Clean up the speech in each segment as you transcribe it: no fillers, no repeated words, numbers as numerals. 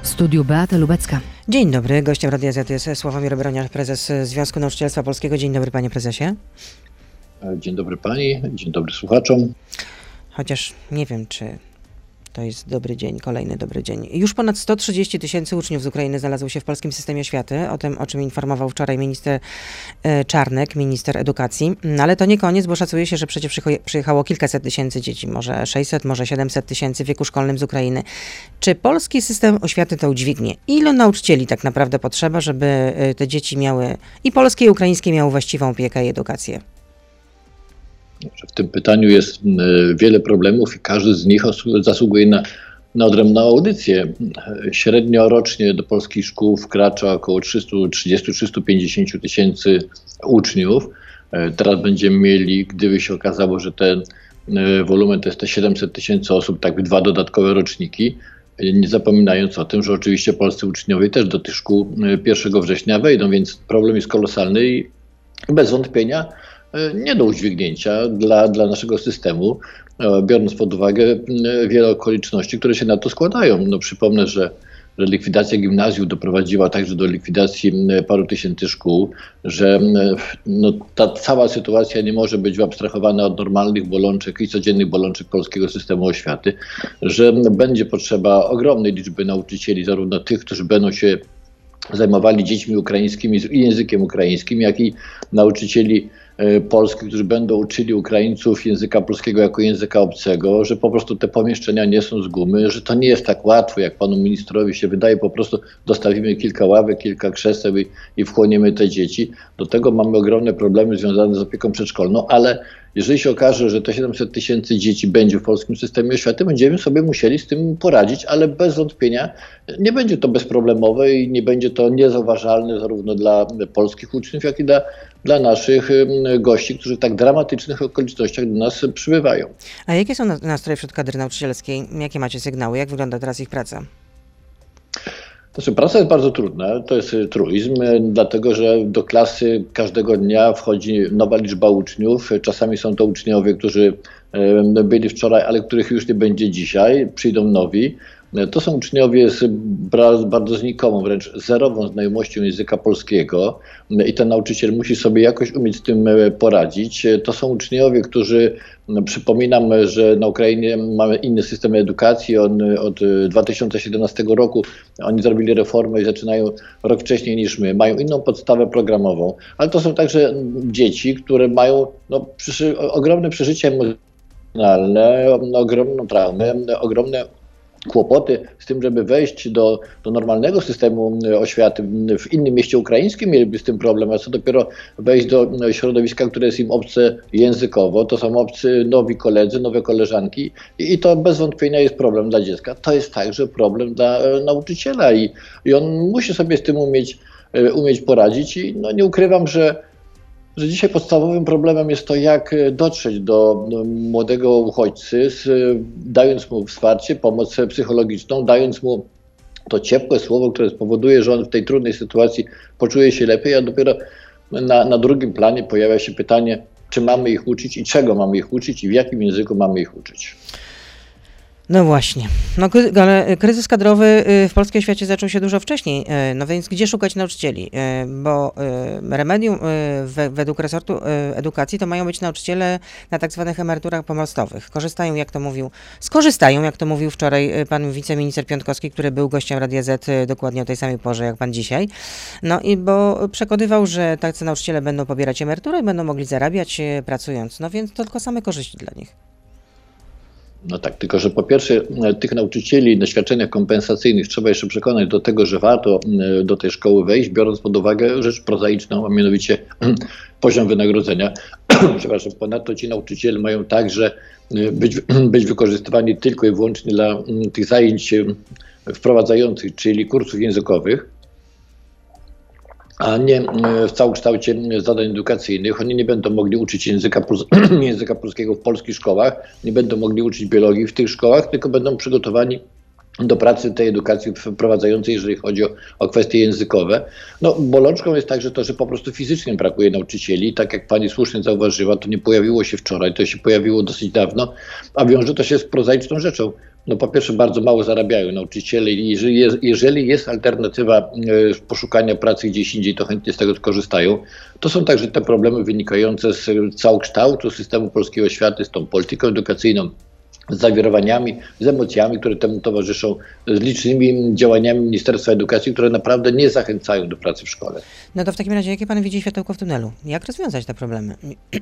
W studiu Beata Lubecka. Dzień dobry, gościem Radia Z jest Sławomir Broniarz, prezes Związku Nauczycielstwa Polskiego. Dzień dobry, panie prezesie. Dzień dobry pani, dzień dobry słuchaczom. Chociaż nie wiem, czy to jest dobry dzień, kolejny dobry dzień. Już ponad 130 000 uczniów z Ukrainy znalazło się w polskim systemie oświaty, o tym, o czym informował wczoraj minister Czarnek, minister edukacji. No, ale to nie koniec, bo szacuje się, że przecież przyjechało kilkaset tysięcy dzieci, może 600, może 700 tysięcy w wieku szkolnym z Ukrainy. Czy polski system oświaty to udźwignie? Ilu nauczycieli tak naprawdę potrzeba, żeby te dzieci miały i polskie, i ukraińskie miały właściwą opiekę i edukację? W tym pytaniu jest wiele problemów i każdy z nich zasługuje na odrębną audycję. Średnio rocznie do polskich szkół wkracza około 330-350 tysięcy uczniów. Teraz będziemy mieli, gdyby się okazało, że ten wolumen to jest te 700 tysięcy osób, tak 2 dodatkowe roczniki. Nie zapominając o tym, że oczywiście polscy uczniowie też do tych szkół 1 września wejdą, więc problem jest kolosalny i bez wątpienia nie do udźwignięcia dla naszego systemu, biorąc pod uwagę wiele okoliczności, które się na to składają. No, przypomnę, że likwidacja gimnazjów doprowadziła także do likwidacji paru tysięcy szkół, że ta cała sytuacja nie może być abstrahowana od normalnych bolączek i codziennych bolączek polskiego systemu oświaty, że będzie potrzeba ogromnej liczby nauczycieli, zarówno tych, którzy będą się zajmowali dziećmi ukraińskimi i językiem ukraińskim, jak i nauczycieli polskich, którzy będą uczyli Ukraińców języka polskiego jako języka obcego, że po prostu te pomieszczenia nie są z gumy, że to nie jest tak łatwo, jak panu ministrowi się wydaje, po prostu dostawimy kilka ławek, kilka krzeseł i wchłoniemy te dzieci. Do tego mamy ogromne problemy związane z opieką przedszkolną, ale jeżeli się okaże, że te 700 tysięcy dzieci będzie w polskim systemie oświaty, będziemy sobie musieli z tym poradzić, ale bez wątpienia nie będzie to bezproblemowe i nie będzie to niezauważalne zarówno dla polskich uczniów, jak i dla naszych gości, którzy w tak dramatycznych okolicznościach do nas przybywają. A jakie są nastroje wśród kadry nauczycielskiej? Jakie macie sygnały? Jak wygląda teraz ich praca? Praca jest bardzo trudna, to jest truizm, dlatego że do klasy każdego dnia wchodzi nowa liczba uczniów. Czasami są to uczniowie, którzy byli wczoraj, ale których już nie będzie dzisiaj, przyjdą nowi. To są uczniowie z bardzo znikomą, wręcz zerową znajomością języka polskiego i ten nauczyciel musi sobie jakoś umieć z tym poradzić. To są uczniowie, którzy, przypominam, że na Ukrainie mamy inny system edukacji. Od 2017 roku oni zrobili reformę i zaczynają rok wcześniej niż my. Mają inną podstawę programową, ale to są także dzieci, które mają ogromne przeżycia emocjonalne, ogromną traumę, ogromne kłopoty z tym, żeby wejść do normalnego systemu oświaty w innym mieście ukraińskim, mieliby z tym problem, a co dopiero wejść do środowiska, które jest im obce językowo. To są obcy nowi koledzy, nowe koleżanki i to bez wątpienia jest problem dla dziecka. To jest także problem dla nauczyciela i on musi sobie z tym umieć poradzić i nie ukrywam, że dzisiaj podstawowym problemem jest to, jak dotrzeć do młodego uchodźcy, dając mu wsparcie, pomoc psychologiczną, dając mu to ciepłe słowo, które spowoduje, że on w tej trudnej sytuacji poczuje się lepiej, a dopiero na drugim planie pojawia się pytanie, czy mamy ich uczyć i czego mamy ich uczyć i w jakim języku mamy ich uczyć. No właśnie. Ale kryzys kadrowy w polskim świecie zaczął się dużo wcześniej. No więc gdzie szukać nauczycieli? Bo remedium według resortu edukacji to mają być nauczyciele na tak zwanych emeryturach pomostowych. Skorzystają, jak to mówił wczoraj pan wiceminister Piątkowski, który był gościem Radia Z dokładnie o tej samej porze, jak pan dzisiaj. No i bo przekonywał, że tacy nauczyciele będą pobierać emeryturę i będą mogli zarabiać pracując. No więc to tylko same korzyści dla nich. No tak, tylko że po pierwsze tych nauczycieli na świadczeniach kompensacyjnych trzeba jeszcze przekonać do tego, że warto do tej szkoły wejść, biorąc pod uwagę rzecz prozaiczną, a mianowicie poziom wynagrodzenia. Przepraszam, ponadto ci nauczyciele mają także być wykorzystywani tylko i wyłącznie dla tych zajęć wprowadzających, czyli kursów językowych, a nie w całokształcie zadań edukacyjnych. Oni nie będą mogli uczyć języka polskiego w polskich szkołach, nie będą mogli uczyć biologii w tych szkołach, tylko będą przygotowani do pracy tej edukacji wprowadzającej, jeżeli chodzi o kwestie językowe. Bolączką jest także to, że po prostu fizycznie brakuje nauczycieli. Tak jak pani słusznie zauważyła, to nie pojawiło się wczoraj, to się pojawiło dosyć dawno, a wiąże to się z prozaiczną rzeczą. No po pierwsze bardzo mało zarabiają nauczyciele i jeżeli jest alternatywa poszukania pracy gdzieś indziej, to chętnie z tego korzystają. To są także te problemy wynikające z całokształtu systemu polskiej oświaty, z tą polityką edukacyjną, z zawirowaniami, z emocjami, które temu towarzyszą, z licznymi działaniami Ministerstwa Edukacji, które naprawdę nie zachęcają do pracy w szkole. No to w takim razie, jakie pan widzi światełko w tunelu? Jak rozwiązać te problemy?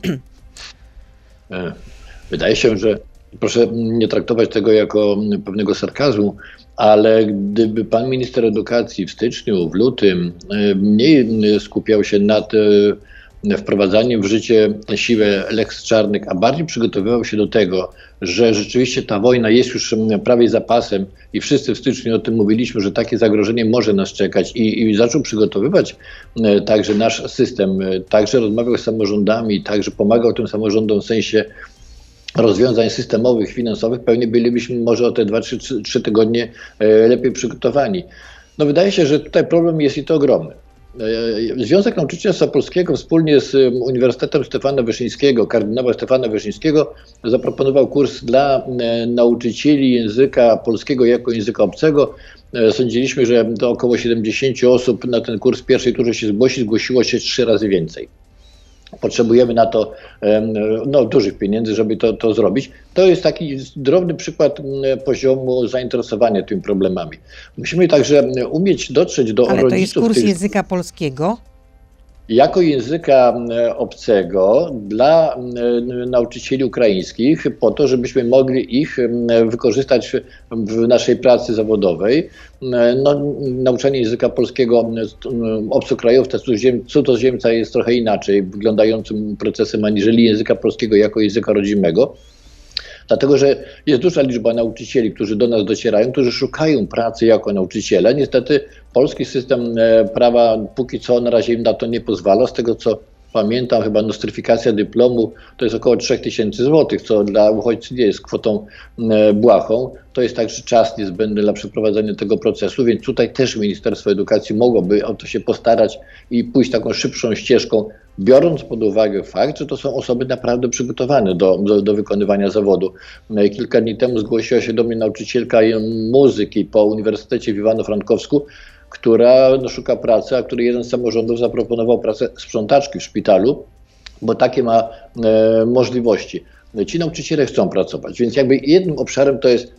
Wydaje się, że proszę nie traktować tego jako pewnego sarkazmu, ale gdyby pan minister edukacji w styczniu, w lutym mniej skupiał się nad wprowadzaniem w życie na siłę lex Czarnek, a bardziej przygotowywał się do tego, że rzeczywiście ta wojna jest już prawie za pasem i wszyscy w styczniu o tym mówiliśmy, że takie zagrożenie może nas czekać i zaczął przygotowywać także nasz system, także rozmawiał z samorządami, także pomagał tym samorządom w sensie rozwiązań systemowych, finansowych, pewnie bylibyśmy może o te 2-3 tygodnie lepiej przygotowani. No wydaje się, że tutaj problem jest i to ogromny. Związek Nauczycielstwa Polskiego wspólnie z Uniwersytetem Stefana Wyszyńskiego, kardynała Stefana Wyszyńskiego, zaproponował kurs dla nauczycieli języka polskiego jako języka obcego. Sądziliśmy, że to około 70 osób na ten kurs w pierwszej turze się zgłosiło się 3 razy więcej. Potrzebujemy na to dużych pieniędzy, żeby to zrobić. To jest taki drobny przykład poziomu zainteresowania tymi problemami. Musimy także umieć dotrzeć do rodziców. Ale to jest kurs języka polskiego? Jako języka obcego dla nauczycieli ukraińskich, po to, żebyśmy mogli ich wykorzystać w naszej pracy zawodowej. Nauczanie języka polskiego obcokrajowca, cudzoziemca jest trochę inaczej wyglądającym procesem aniżeli języka polskiego jako języka rodzimego. Dlatego, że jest duża liczba nauczycieli, którzy do nas docierają, którzy szukają pracy jako nauczyciele. Niestety polski system prawa póki co na razie im na to nie pozwala. Z tego co pamiętam, chyba nostryfikacja dyplomu to jest około 3000 zł, co dla uchodźcy nie jest kwotą błahą. To jest także czas niezbędny dla przeprowadzenia tego procesu, więc tutaj też Ministerstwo Edukacji mogłoby o to się postarać i pójść taką szybszą ścieżką, biorąc pod uwagę fakt, że to są osoby naprawdę przygotowane do wykonywania zawodu. Kilka dni temu zgłosiła się do mnie nauczycielka muzyki po Uniwersytecie w Iwano-Frankowsku, która szuka pracy, a której jeden z samorządów zaproponował pracę sprzątaczki w szpitalu, bo takie ma możliwości. Ci nauczyciele chcą pracować, więc jakby jednym obszarem to jest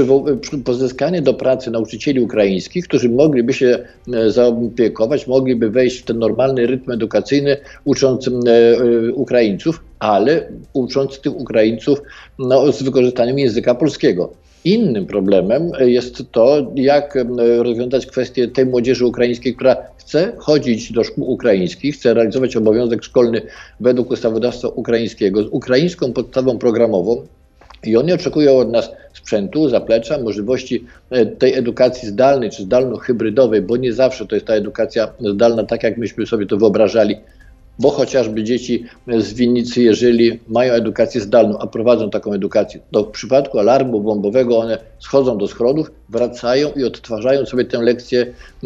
pozyskanie do pracy nauczycieli ukraińskich, którzy mogliby się zaopiekować, mogliby wejść w ten normalny rytm edukacyjny, ucząc Ukraińców, ale ucząc tych Ukraińców z wykorzystaniem języka polskiego. Innym problemem jest to, jak rozwiązać kwestię tej młodzieży ukraińskiej, która chce chodzić do szkół ukraińskich, chce realizować obowiązek szkolny według ustawodawstwa ukraińskiego z ukraińską podstawą programową i oni oczekują od nas sprzętu, zaplecza, możliwości tej edukacji zdalnej czy zdalno-hybrydowej, bo nie zawsze to jest ta edukacja zdalna, tak jak myśmy sobie to wyobrażali, bo chociażby dzieci z Winnicy, jeżeli mają edukację zdalną, a prowadzą taką edukację, to w przypadku alarmu bombowego one schodzą do schronów, wracają i odtwarzają sobie tę lekcję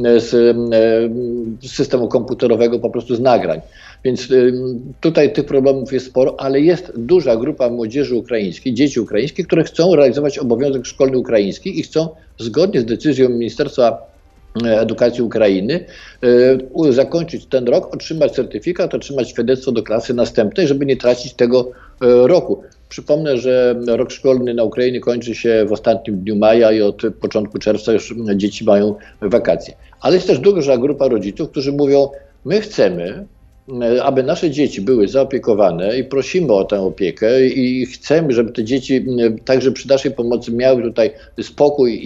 z systemu komputerowego, po prostu z nagrań. Więc tutaj tych problemów jest sporo, ale jest duża grupa młodzieży ukraińskiej, dzieci ukraińskich, które chcą realizować obowiązek szkolny ukraiński i chcą zgodnie z decyzją Ministerstwa Edukacji Ukrainy zakończyć ten rok, otrzymać certyfikat, otrzymać świadectwo do klasy następnej, żeby nie tracić tego roku. Przypomnę, że rok szkolny na Ukrainie kończy się w ostatnim dniu maja i od początku czerwca już dzieci mają wakacje. Ale jest też duża grupa rodziców, którzy mówią, my chcemy, aby nasze dzieci były zaopiekowane i prosimy o tę opiekę i chcemy, żeby te dzieci także przy naszej pomocy miały tutaj spokój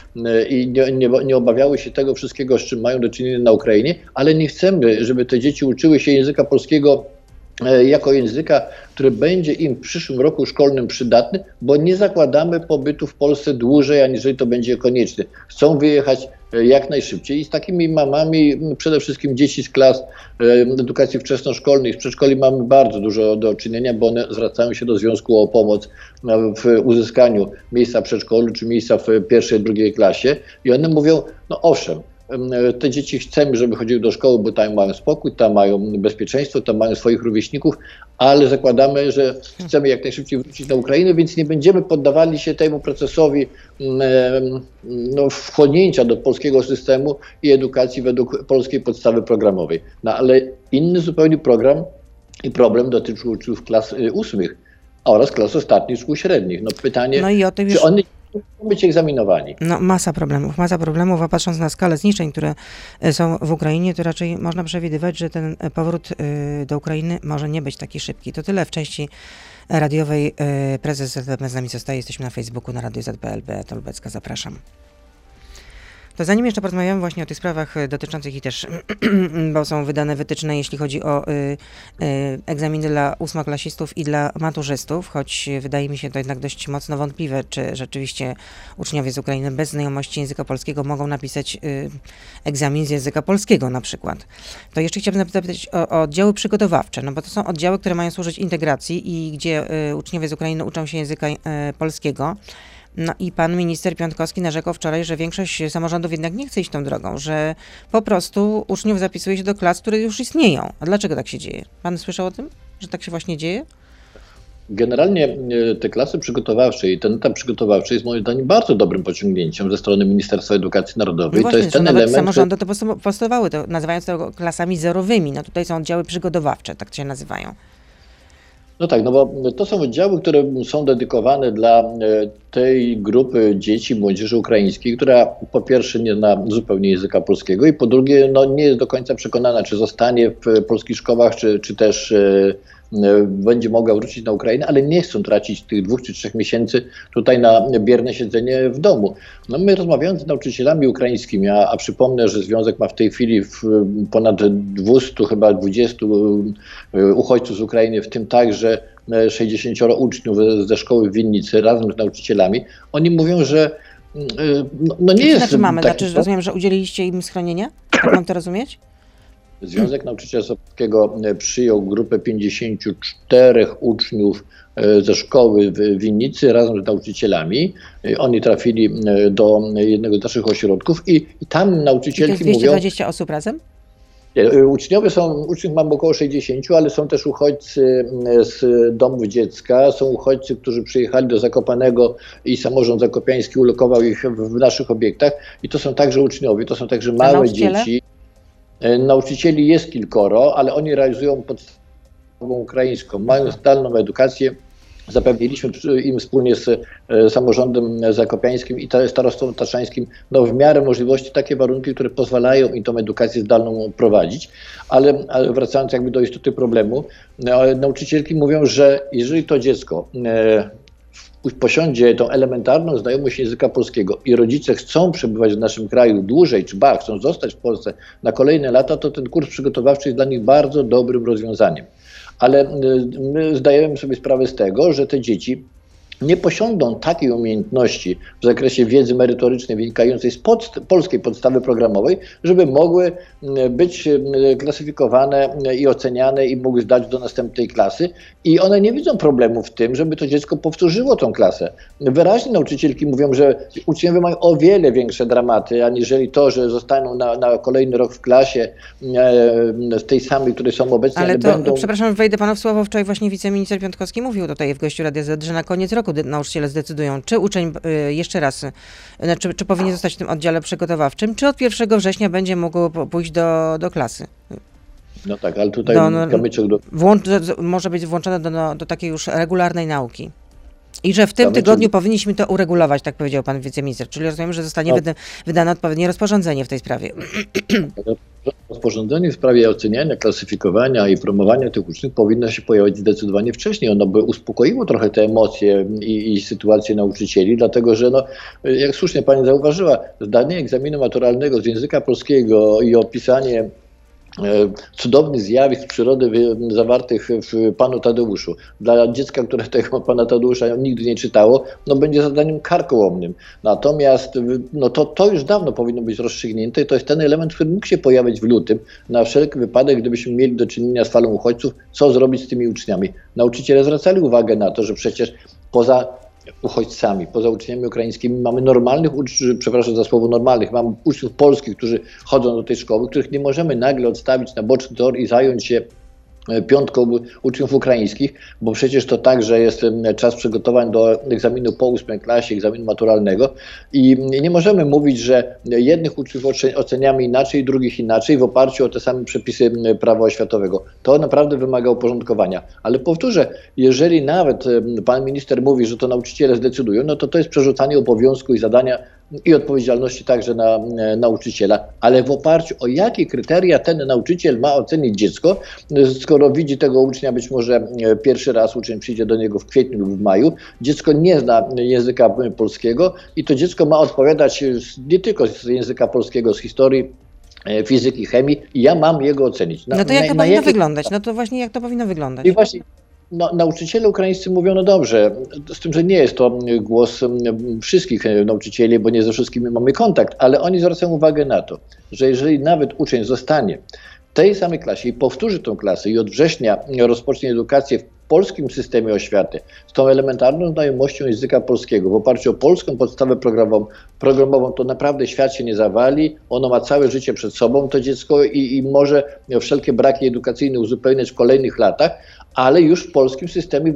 i nie obawiały się tego wszystkiego, z czym mają do czynienia na Ukrainie, ale nie chcemy, żeby te dzieci uczyły się języka polskiego jako języka, który będzie im w przyszłym roku szkolnym przydatny, bo nie zakładamy pobytu w Polsce dłużej, aniżeli to będzie konieczne. Chcą wyjechać jak najszybciej i z takimi mamami, przede wszystkim dzieci z klas edukacji wczesnoszkolnej, z przedszkoli mamy bardzo dużo do czynienia, bo one zwracają się do związku o pomoc w uzyskaniu miejsca w przedszkolu czy miejsca w pierwszej, drugiej klasie i one mówią, no owszem, te dzieci chcemy, żeby chodziły do szkoły, bo tam mają spokój, tam mają bezpieczeństwo, tam mają swoich rówieśników, ale zakładamy, że chcemy jak najszybciej wrócić na Ukrainę, więc nie będziemy poddawali się temu procesowi wchłonięcia do polskiego systemu i edukacji według polskiej podstawy programowej. No ale inny zupełnie program i problem dotyczył uczniów klas 8 oraz klas ostatnich szkół średnich. No pytanie, No i o tym już... czy oni mogą być egzaminowani? No masa problemów, a patrząc na skalę zniszczeń, które są w Ukrainie, to raczej można przewidywać, że ten powrót do Ukrainy może nie być taki szybki. To tyle w części radiowej. Prezes ZDP z nami zostaje, jesteśmy na Facebooku, na Radio ZPL. Beata Lubecka, zapraszam. To zanim jeszcze porozmawiamy właśnie o tych sprawach dotyczących i też, bo są wydane wytyczne, jeśli chodzi o egzaminy dla ósmoklasistów i dla maturzystów, choć wydaje mi się to jednak dość mocno wątpliwe, czy rzeczywiście uczniowie z Ukrainy bez znajomości języka polskiego mogą napisać egzamin z języka polskiego na przykład. To jeszcze chciałabym zapytać o oddziały przygotowawcze, no bo to są oddziały, które mają służyć integracji i gdzie uczniowie z Ukrainy uczą się języka polskiego. No i pan minister Piontkowski narzekał wczoraj, że większość samorządów jednak nie chce iść tą drogą, że po prostu uczniów zapisuje się do klas, które już istnieją. A dlaczego tak się dzieje? Pan słyszał o tym, że tak się właśnie dzieje? Generalnie te klasy przygotowawcze i ten etap przygotowawczy jest moim zdaniem bardzo dobrym pociągnięciem ze strony Ministerstwa Edukacji Narodowej. No właśnie, to jest ten nawet element, samorządy to postulowały, to nazywając to klasami zerowymi. No tutaj są oddziały przygotowawcze, tak się nazywają. No tak, no bo to są oddziały, które są dedykowane dla tej grupy dzieci, młodzieży ukraińskiej, która po pierwsze nie zna zupełnie języka polskiego i po drugie no, nie jest do końca przekonana, czy zostanie w polskich szkołach, czy też będzie mogła wrócić na Ukrainę, ale nie chcą tracić tych 2 czy 3 miesięcy tutaj na bierne siedzenie w domu. No my rozmawiając z nauczycielami ukraińskimi, a przypomnę, że Związek ma w tej chwili ponad 200, chyba 20 uchodźców z Ukrainy, w tym także 60 uczniów ze szkoły w Winnicy razem z nauczycielami. Oni mówią, że no nie jest... Znaczy rozumiem, że udzieliliście im schronienia? Tak mam to rozumieć? Związek Nauczycielstwa Polskiego przyjął grupę 54 uczniów ze szkoły w Winnicy razem z nauczycielami. Oni trafili do jednego z naszych ośrodków i tam nauczycielki mówią... To jest 220 osób razem? Uczniów mam około 60, ale są też uchodźcy z domów dziecka, są uchodźcy, którzy przyjechali do Zakopanego i samorząd zakopiański ulokował ich w naszych obiektach i to są także uczniowie, to są także małe dzieci. Nauczycieli jest kilkoro, ale oni realizują podstawową ukraińską, mają zdalną edukację. Zapewniliśmy im wspólnie z samorządem zakopiańskim i starostwem tatrzańskim w miarę możliwości takie warunki, które pozwalają im tą edukację zdalną prowadzić. Ale wracając jakby do istoty problemu, nauczycielki mówią, że jeżeli to dziecko posiądzie tą elementarną znajomość języka polskiego i rodzice chcą przebywać w naszym kraju dłużej, czy chcą zostać w Polsce na kolejne lata, to ten kurs przygotowawczy jest dla nich bardzo dobrym rozwiązaniem. Ale my zdajemy sobie sprawę z tego, że te dzieci nie posiądą takiej umiejętności w zakresie wiedzy merytorycznej wynikającej z polskiej podstawy programowej, żeby mogły być klasyfikowane i oceniane i mogły zdać do następnej klasy. I one nie widzą problemu w tym, żeby to dziecko powtórzyło tą klasę. Wyraźnie nauczycielki mówią, że uczniowie mają o wiele większe dramaty, aniżeli to, że zostaną na kolejny rok w klasie w tej samej, której są obecnie. Ale to, będą... Przepraszam, wejdę panu w słowo. Wczoraj właśnie wiceminister Piontkowski mówił tutaj w gościu Radia Z, że na koniec roku nauczyciele zdecydują, czy uczeń jeszcze raz, czy powinien zostać w tym oddziale przygotowawczym, czy od 1 września będzie mógł pójść do klasy. No tak, ale tutaj kamyczek może być włączone do takiej już regularnej nauki. I że w tym tygodniu powinniśmy to uregulować, tak powiedział pan wiceminister. Czyli rozumiem, że zostanie wydane odpowiednie rozporządzenie w tej sprawie. Rozporządzenie w sprawie oceniania, klasyfikowania i promowania tych uczniów powinno się pojawić zdecydowanie wcześniej. Ono by uspokoiło trochę te emocje i sytuację nauczycieli, dlatego że, jak słusznie pani zauważyła, zdanie egzaminu maturalnego z języka polskiego i opisanie cudownych zjawisk przyrody zawartych w Panu Tadeuszu. Dla dziecka, które tego Pana Tadeusza nigdy nie czytało, będzie zadaniem karkołomnym. Natomiast to już dawno powinno być rozstrzygnięte i to jest ten element, który mógł się pojawić w lutym, na wszelki wypadek, gdybyśmy mieli do czynienia z falą uchodźców, co zrobić z tymi uczniami. Nauczyciele zwracali uwagę na to, że przecież poza uchodźcami, poza uczniami ukraińskimi mamy normalnych uczniów, przepraszam za słowo normalnych, mamy uczniów polskich, którzy chodzą do tej szkoły, których nie możemy nagle odstawić na boczny tor i zająć się piątką uczniów ukraińskich, bo przecież to także jest czas przygotowań do egzaminu po 8 klasie, egzaminu maturalnego i nie możemy mówić, że jednych uczniów oceniamy inaczej, drugich inaczej w oparciu o te same przepisy prawa oświatowego. To naprawdę wymaga uporządkowania. Ale powtórzę, jeżeli nawet pan minister mówi, że to nauczyciele zdecydują, no to jest przerzucanie obowiązku i zadania i odpowiedzialności także na nauczyciela, ale w oparciu o jakie kryteria ten nauczyciel ma ocenić dziecko, skoro widzi tego ucznia być może pierwszy raz, uczeń przyjdzie do niego w kwietniu lub w maju, dziecko nie zna języka polskiego i to dziecko ma odpowiadać nie tylko z języka polskiego, z historii, fizyki, chemii i ja mam jego ocenić. No to jak to powinno wyglądać? No to właśnie jak to powinno wyglądać? I właśnie nauczyciele ukraińscy mówią, no dobrze, z tym, że nie jest to głos wszystkich nauczycieli, bo nie ze wszystkimi mamy kontakt, ale oni zwracają uwagę na to, że jeżeli nawet uczeń zostanie w tej samej klasie i powtórzy tą klasę i od września rozpocznie edukację w polskim systemie oświaty z tą elementarną znajomością języka polskiego w oparciu o polską podstawę programową, to naprawdę świat się nie zawali, ono ma całe życie przed sobą, to dziecko i może wszelkie braki edukacyjne uzupełniać w kolejnych latach, ale już w polskim systemie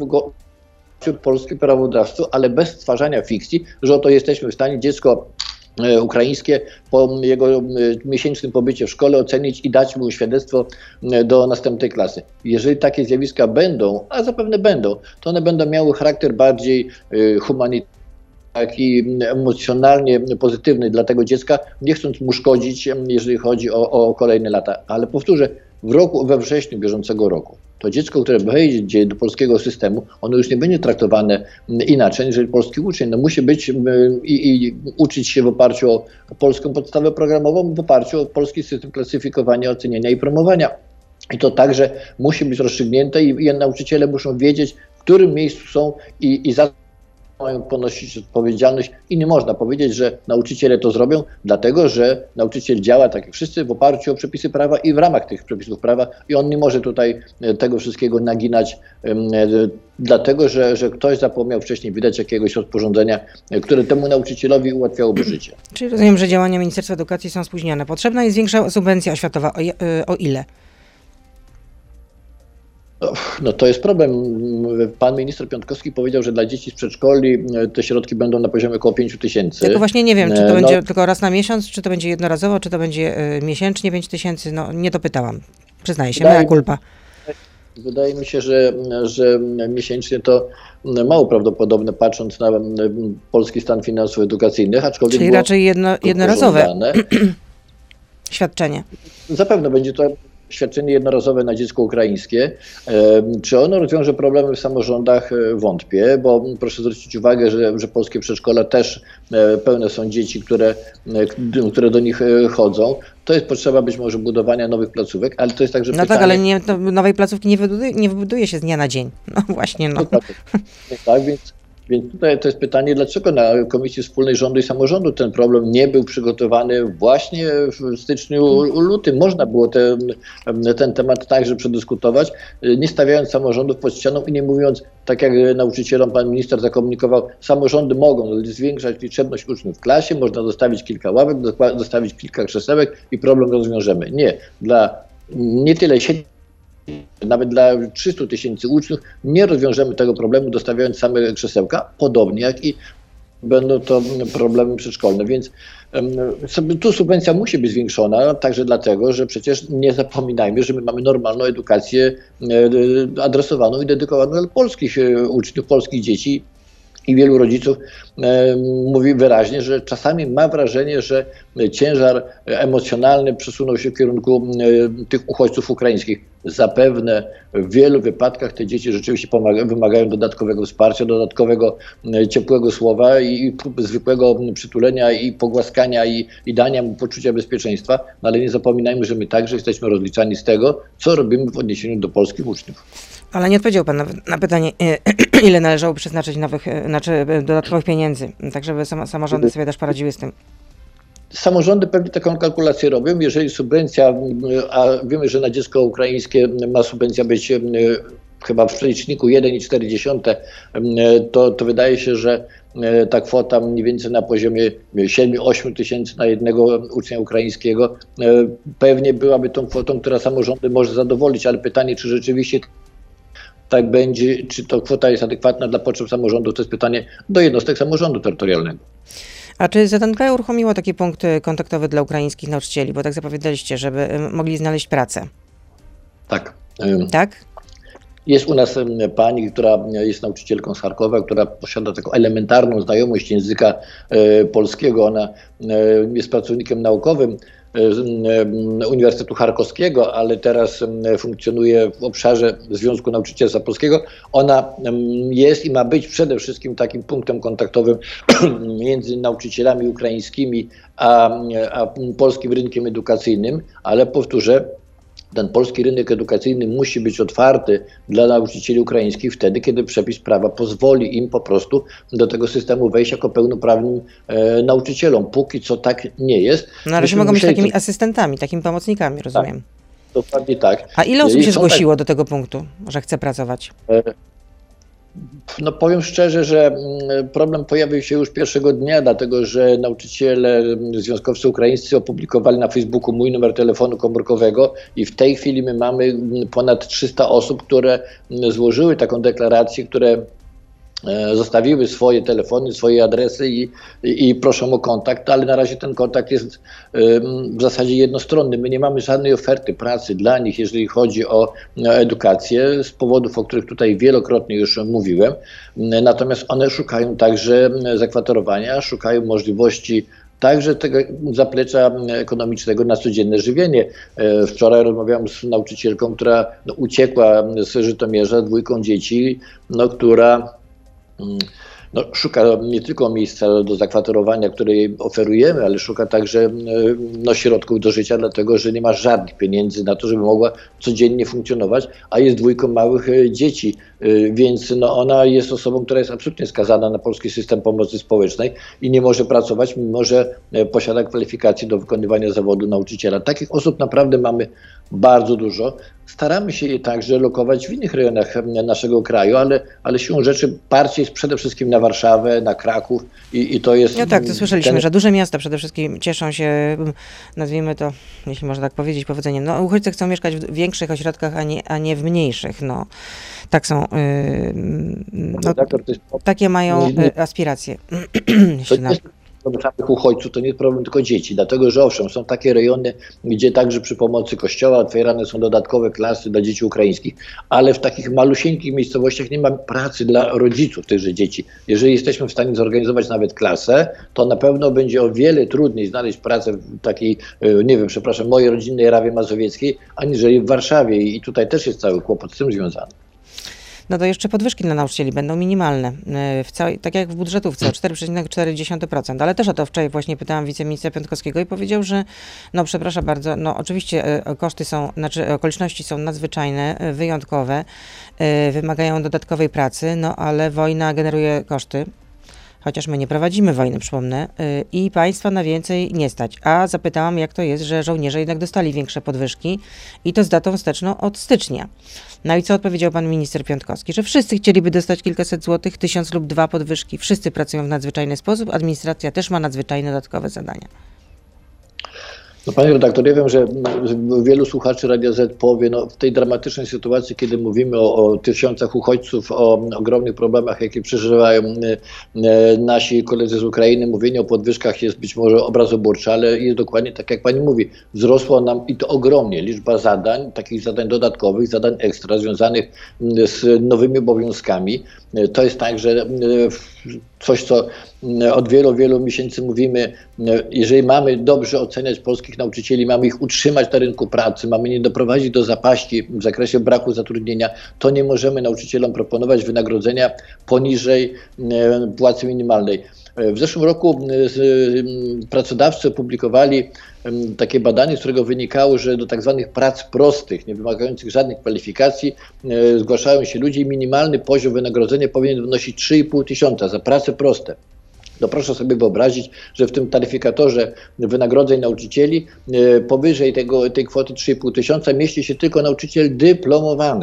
polskie prawodawstwo, ale bez stwarzania fikcji, że oto jesteśmy w stanie dziecko ukraińskie po jego miesięcznym pobycie w szkole ocenić i dać mu świadectwo do następnej klasy. Jeżeli takie zjawiska będą, a zapewne będą, to one będą miały charakter bardziej humanitarny, taki emocjonalnie pozytywny dla tego dziecka, nie chcąc mu szkodzić, jeżeli chodzi o kolejne lata. Ale powtórzę, we wrześniu bieżącego roku to dziecko, które wejdzie do polskiego systemu, ono już nie będzie traktowane inaczej, jeżeli polski uczeń musi być i uczyć się w oparciu o polską podstawę programową, w oparciu o polski system klasyfikowania, oceniania i promowania. I to także musi być rozstrzygnięte i nauczyciele muszą wiedzieć, w którym miejscu są i za mają ponosić odpowiedzialność i nie można powiedzieć, że nauczyciele to zrobią, dlatego że nauczyciel działa, tak jak wszyscy, w oparciu o przepisy prawa i w ramach tych przepisów prawa i on nie może tutaj tego wszystkiego naginać, dlatego że ktoś zapomniał wcześniej wydać jakiegoś rozporządzenia, które temu nauczycielowi ułatwiałoby życie. Czyli rozumiem, że działania Ministerstwa Edukacji są spóźnione. Potrzebna jest większa subwencja oświatowa. O ile? No to jest problem. Pan minister Piontkowski powiedział, że dla dzieci z przedszkoli te środki będą na poziomie około 5 tysięcy. Tylko właśnie nie wiem, czy to będzie tylko raz na miesiąc, czy to będzie jednorazowo, czy to będzie miesięcznie 5 tysięcy. No nie dopytałam. Przyznaję się, mea culpa. Wydaje mi się, że miesięcznie to mało prawdopodobne, patrząc na polski stan finansów edukacyjnych, aczkolwiek czyli raczej jednorazowe świadczenie. Zapewne będzie to świadczenie jednorazowe na dziecko ukraińskie. Czy ono rozwiąże problemy w samorządach? Wątpię, bo proszę zwrócić uwagę, że polskie przedszkola też pełne są dzieci, które do nich chodzą. To jest potrzeba być może budowania nowych placówek, ale to jest także pytanie... No tak, ale nowej placówki nie wybuduje się z dnia na dzień. No właśnie, no. Tak, więc tutaj to jest pytanie, dlaczego na Komisji Wspólnej Rządu i Samorządu ten problem nie był przygotowany właśnie w styczniu, lutym. Można było ten temat także przedyskutować, nie stawiając samorządów pod ścianą i nie mówiąc, tak jak nauczycielom pan minister zakomunikował, samorządy mogą zwiększać liczebność uczniów w klasie, można dostawić kilka ławek, dostawić kilka krzesełek i problem rozwiążemy. Nie, nie tyle nawet dla 300 tysięcy uczniów nie rozwiążemy tego problemu, dostawiając same krzesełka, podobnie jak i będą to problemy przedszkolne. Więc tu subwencja musi być zwiększona, także dlatego, że przecież nie zapominajmy, że my mamy normalną edukację adresowaną i dedykowaną dla polskich uczniów, polskich dzieci. I wielu rodziców mówi wyraźnie, że czasami ma wrażenie, że ciężar emocjonalny przesunął się w kierunku tych uchodźców ukraińskich. Zapewne w wielu wypadkach te dzieci rzeczywiście wymagają dodatkowego wsparcia, dodatkowego ciepłego słowa i zwykłego przytulenia i pogłaskania i dania mu poczucia bezpieczeństwa, no ale nie zapominajmy, że my także jesteśmy rozliczani z tego, co robimy w odniesieniu do polskich uczniów. Ale nie odpowiedział pan na pytanie, ile należało przeznaczyć dodatkowych pieniędzy, tak żeby samorządy sobie też poradziły z tym. Samorządy pewnie taką kalkulację robią, jeżeli subwencja, a wiemy, że na dziecko ukraińskie ma subwencja być chyba w przeliczniku 1,4, to wydaje się, że ta kwota mniej więcej na poziomie 7-8 tysięcy na jednego ucznia ukraińskiego pewnie byłaby tą kwotą, która samorządy może zadowolić, ale pytanie, czy rzeczywiście tak będzie, czy to kwota jest adekwatna dla potrzeb samorządu, to jest pytanie do jednostek samorządu terytorialnego. A czy ZNK uruchomiło taki punkt kontaktowy dla ukraińskich nauczycieli, bo tak zapowiadaliście, żeby mogli znaleźć pracę? Tak. Tak? Jest u nas pani, która jest nauczycielką z Charkowa, która posiada taką elementarną znajomość języka polskiego. Ona jest pracownikiem naukowym Uniwersytetu Charkowskiego, ale teraz funkcjonuje w obszarze Związku Nauczycielstwa Polskiego. Ona jest i ma być przede wszystkim takim punktem kontaktowym między nauczycielami ukraińskimi a polskim rynkiem edukacyjnym, ale powtórzę, ten polski rynek edukacyjny musi być otwarty dla nauczycieli ukraińskich wtedy, kiedy przepis prawa pozwoli im po prostu do tego systemu wejść jako pełnoprawnym nauczycielom. Póki co tak nie jest. No ale mogą być takimi asystentami, takimi pomocnikami, rozumiem. Tak, dokładnie tak. A ile osób się zgłosiło do tego punktu, że chce pracować? No powiem szczerze, że problem pojawił się już pierwszego dnia, dlatego że nauczyciele, związkowcy ukraińscy opublikowali na Facebooku mój numer telefonu komórkowego i w tej chwili my mamy ponad 300 osób, które złożyły taką deklarację, które zostawiły swoje telefony, swoje adresy i proszą o kontakt, ale na razie ten kontakt jest w zasadzie jednostronny. My nie mamy żadnej oferty pracy dla nich, jeżeli chodzi o edukację, z powodów, o których tutaj wielokrotnie już mówiłem. Natomiast one szukają także zakwaterowania, szukają możliwości także tego zaplecza ekonomicznego na codzienne żywienie. Wczoraj rozmawiałem z nauczycielką, która uciekła z Żytomierza, 2 dzieci, która szuka nie tylko miejsca do zakwaterowania, które jej oferujemy, ale szuka także środków do życia, dlatego że nie ma żadnych pieniędzy na to, żeby mogła codziennie funkcjonować, a jest 2 małych dzieci, więc ona jest osobą, która jest absolutnie skazana na polski system pomocy społecznej i nie może pracować, mimo że posiada kwalifikacje do wykonywania zawodu nauczyciela. Takich osób naprawdę mamy bardzo dużo. Staramy się je także lokować w innych rejonach naszego kraju, ale siłą rzeczy parcie jest przede wszystkim na Warszawę, na Kraków i to jest... No tak, to słyszeliśmy, że duże miasta przede wszystkim cieszą się, nazwijmy to, jeśli można tak powiedzieć, powodzeniem. No uchodźcy chcą mieszkać w większych ośrodkach, a nie w mniejszych. No, tak są, takie mają aspiracje. Problem samych uchodźców to nie jest problem tylko dzieci, dlatego że owszem, są takie rejony, gdzie także przy pomocy kościoła otwierane są dodatkowe klasy dla dzieci ukraińskich, ale w takich malusieńkich miejscowościach nie ma pracy dla rodziców tychże dzieci. Jeżeli jesteśmy w stanie zorganizować nawet klasę, to na pewno będzie o wiele trudniej znaleźć pracę w takiej, mojej rodzinnej Rawie Mazowieckiej, aniżeli w Warszawie i tutaj też jest cały kłopot z tym związany. No to jeszcze podwyżki dla nauczycieli będą minimalne, tak jak w budżetówce, o 4,4%, ale też o to wczoraj właśnie pytałam wiceministra Piontkowskiego i powiedział, że przepraszam bardzo, oczywiście okoliczności są nadzwyczajne, wyjątkowe, wymagają dodatkowej pracy, ale wojna generuje koszty. Chociaż my nie prowadzimy wojny, przypomnę, i państwa na więcej nie stać. A zapytałam, jak to jest, że żołnierze jednak dostali większe podwyżki i to z datą wsteczną od stycznia. No i co odpowiedział pan minister Piontkowski? Że wszyscy chcieliby dostać kilkaset złotych, 1000 lub 2 podwyżki. Wszyscy pracują w nadzwyczajny sposób, administracja też ma nadzwyczajne dodatkowe zadania. Panie redaktor, ja wiem, że wielu słuchaczy Radia Z powie, w tej dramatycznej sytuacji, kiedy mówimy o tysiącach uchodźców, o ogromnych problemach, jakie przeżywają nasi koledzy z Ukrainy, mówienie o podwyżkach jest być może obrazoburcze, ale jest dokładnie tak, jak pani mówi. Wzrosła nam i to ogromnie liczba zadań, takich zadań dodatkowych, zadań ekstra, związanych z nowymi obowiązkami. To jest tak, że coś, co od wielu, wielu miesięcy mówimy, jeżeli mamy dobrze oceniać polskich nauczycieli, mamy ich utrzymać na rynku pracy, mamy nie doprowadzić do zapaści w zakresie braku zatrudnienia, to nie możemy nauczycielom proponować wynagrodzenia poniżej płacy minimalnej. W zeszłym roku pracodawcy opublikowali takie badanie, z którego wynikało, że do tak zwanych prac prostych, nie wymagających żadnych kwalifikacji, zgłaszają się ludzie i minimalny poziom wynagrodzenia powinien wynosić 3,5 tysiąca za prace proste. No proszę sobie wyobrazić, że w tym taryfikatorze wynagrodzeń nauczycieli powyżej tej kwoty 3,5 tysiąca mieści się tylko nauczyciel dyplomowany.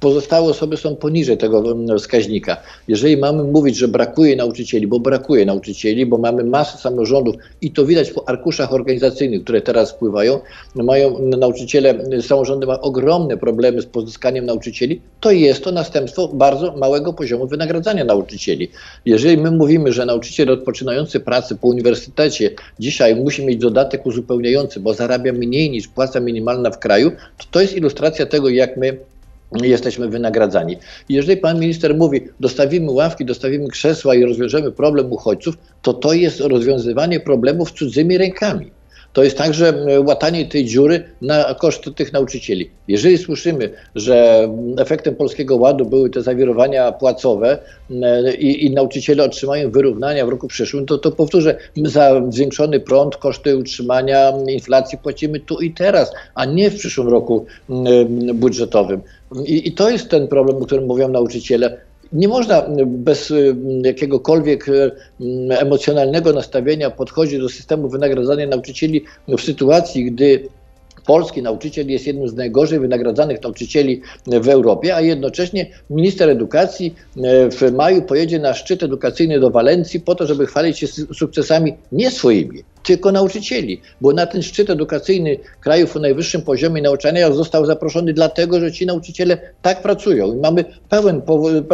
Pozostałe osoby są poniżej tego wskaźnika. Jeżeli mamy mówić, że brakuje nauczycieli, bo mamy masę samorządów i to widać po arkuszach organizacyjnych, które teraz wpływają, samorządy mają ogromne problemy z pozyskaniem nauczycieli, to jest to następstwo bardzo małego poziomu wynagradzania nauczycieli. Jeżeli my mówimy, że nauczyciel rozpoczynający pracę po uniwersytecie dzisiaj musi mieć dodatek uzupełniający, bo zarabia mniej niż płaca minimalna w kraju, to jest ilustracja tego, jak my jesteśmy wynagradzani. Jeżeli pan minister mówi, dostawimy ławki, dostawimy krzesła i rozwiążemy problem uchodźców, to jest rozwiązywanie problemów cudzymi rękami. To jest także łatanie tej dziury na koszt tych nauczycieli. Jeżeli słyszymy, że efektem Polskiego Ładu były te zawirowania płacowe i nauczyciele otrzymają wyrównania w roku przyszłym, to powtórzę, za zwiększony prąd, koszty utrzymania, inflacji płacimy tu i teraz, a nie w przyszłym roku budżetowym. I to jest ten problem, o którym mówią nauczyciele. Nie można bez jakiegokolwiek emocjonalnego nastawienia podchodzić do systemu wynagradzania nauczycieli w sytuacji, gdy polski nauczyciel jest jednym z najgorzej wynagradzanych nauczycieli w Europie, a jednocześnie minister edukacji w maju pojedzie na szczyt edukacyjny do Walencji po to, żeby chwalić się sukcesami nie swoimi, tylko nauczycieli, bo na ten szczyt edukacyjny krajów o najwyższym poziomie nauczania został zaproszony dlatego, że ci nauczyciele tak pracują i mamy pełen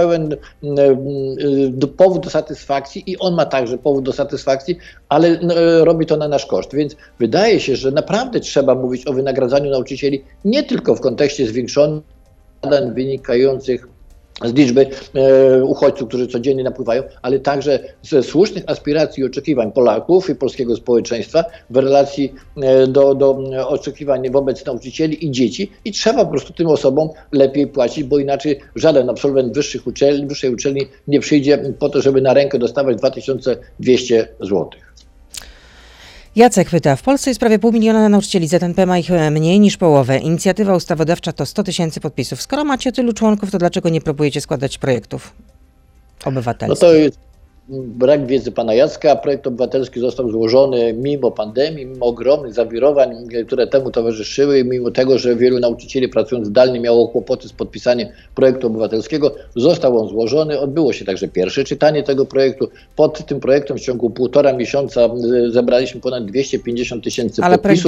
powód do satysfakcji i on ma także powód do satysfakcji, ale robi to na nasz koszt, więc wydaje się, że naprawdę trzeba mówić o wynagradzaniu nauczycieli nie tylko w kontekście zwiększonych zadań wynikających z liczby uchodźców, którzy codziennie napływają, ale także ze słusznych aspiracji i oczekiwań Polaków i polskiego społeczeństwa w relacji do oczekiwań wobec nauczycieli i dzieci i trzeba po prostu tym osobom lepiej płacić, bo inaczej żaden absolwent wyższej uczelni nie przyjdzie po to, żeby na rękę dostawać 2200 zł. Jacek pyta, w Polsce jest prawie 500 000 nauczycieli, ZNP ma ich mniej niż połowę. Inicjatywa ustawodawcza to 100 000 podpisów. Skoro macie tylu członków, to dlaczego nie próbujecie składać projektów obywatelskich? No to jest brak wiedzy pana Jacka. Projekt obywatelski został złożony mimo pandemii, mimo ogromnych zawirowań, które temu towarzyszyły, mimo tego, że wielu nauczycieli pracując zdalnie miało kłopoty z podpisaniem projektu obywatelskiego. Został on złożony, odbyło się także pierwsze czytanie tego projektu. Pod tym projektem w ciągu 1,5 miesiąca zebraliśmy ponad 250 000 podpisów. Ale projekt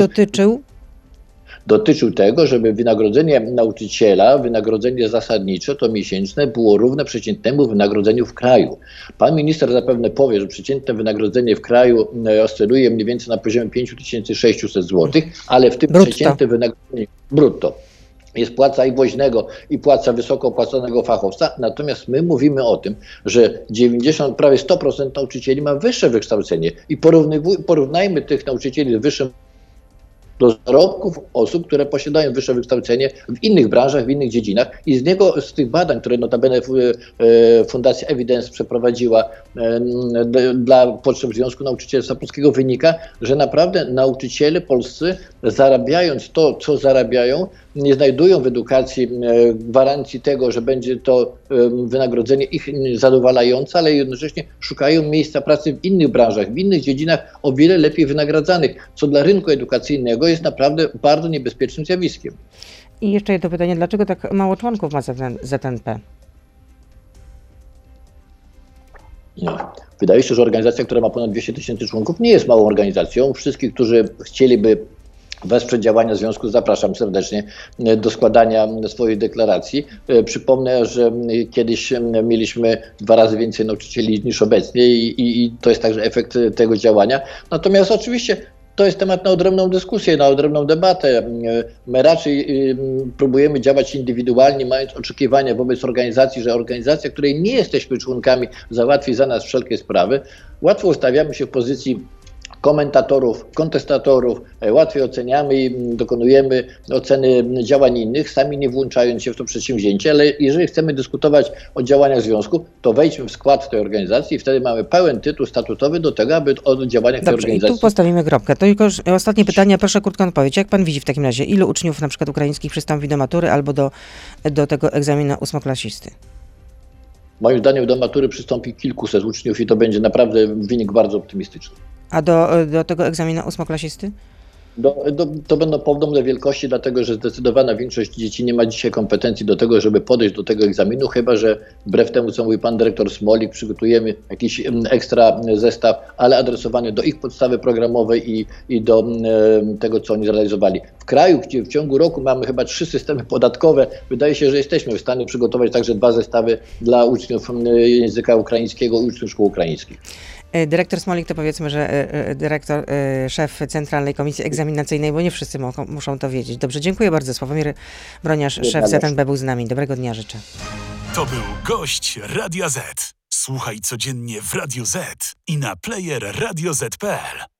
dotyczył tego, żeby wynagrodzenie nauczyciela, wynagrodzenie zasadnicze, to miesięczne, było równe przeciętnemu wynagrodzeniu w kraju. Pan minister zapewne powie, że przeciętne wynagrodzenie w kraju oscyluje mniej więcej na poziomie 5600 zł, ale w tym przeciętne wynagrodzenie brutto jest płaca i woźnego, i płaca wysoko opłaconego fachowca, natomiast my mówimy o tym, że prawie 100% nauczycieli ma wyższe wykształcenie i porównajmy tych nauczycieli z wyższym do zarobków osób, które posiadają wyższe wykształcenie w innych branżach, w innych dziedzinach i z tych badań, które notabene Fundacja Evidence przeprowadziła dla potrzeb Związku Nauczycielstwa Polskiego, wynika, że naprawdę nauczyciele polscy, zarabiając to, co zarabiają, nie znajdują w edukacji gwarancji tego, że będzie to wynagrodzenie ich zadowalające, ale jednocześnie szukają miejsca pracy w innych branżach, w innych dziedzinach o wiele lepiej wynagradzanych, co dla rynku edukacyjnego jest naprawdę bardzo niebezpiecznym zjawiskiem. I jeszcze jedno pytanie, dlaczego tak mało członków ma ZNP? Wydaje się, że organizacja, która ma ponad 200 000 członków, nie jest małą organizacją. Wszystkich, którzy chcieliby wesprzeć działania związku, zapraszam serdecznie do składania swojej deklaracji. Przypomnę, że kiedyś mieliśmy 2 razy więcej nauczycieli niż obecnie i to jest także efekt tego działania. Natomiast oczywiście to jest temat na odrębną dyskusję, na odrębną debatę. My raczej próbujemy działać indywidualnie, mając oczekiwania wobec organizacji, że organizacja, której nie jesteśmy członkami, załatwi za nas wszelkie sprawy. Łatwo ustawiamy się w pozycji komentatorów, kontestatorów, łatwiej oceniamy i dokonujemy oceny działań innych, sami nie włączając się w to przedsięwzięcie, ale jeżeli chcemy dyskutować o działaniach związku, to wejdźmy w skład tej organizacji i wtedy mamy pełen tytuł statutowy do tego, aby o działaniach tej organizacji... I tu postawimy kropkę. To tylko ostatnie pytanie, proszę krótką odpowiedź. Jak pan widzi w takim razie, ilu uczniów na przykład ukraińskich przystąpi do matury albo do tego egzaminu ósmoklasisty? Moim zdaniem do matury przystąpi kilkuset uczniów i to będzie naprawdę wynik bardzo optymistyczny. A do tego egzaminu ósmoklasisty? To będą podobne wielkości, dlatego że zdecydowana większość dzieci nie ma dzisiaj kompetencji do tego, żeby podejść do tego egzaminu, chyba że wbrew temu, co mówi pan dyrektor Smolik, przygotujemy jakiś ekstra zestaw, ale adresowany do ich podstawy programowej i do tego, co oni zrealizowali. W kraju, gdzie w ciągu roku mamy chyba 3 systemy podatkowe, wydaje się, że jesteśmy w stanie przygotować także 2 zestawy dla uczniów języka ukraińskiego i uczniów szkół ukraińskich. Dyrektor Smolik to powiedzmy, że szef Centralnej Komisji Egzaminacyjnej, bo nie wszyscy muszą to wiedzieć. Dobrze, dziękuję bardzo. Sławomir Broniarz, szef ZNB był z nami. Dobrego dnia życzę. To był gość Radia Z. Słuchaj codziennie w Radio Z i na player radioz.pl.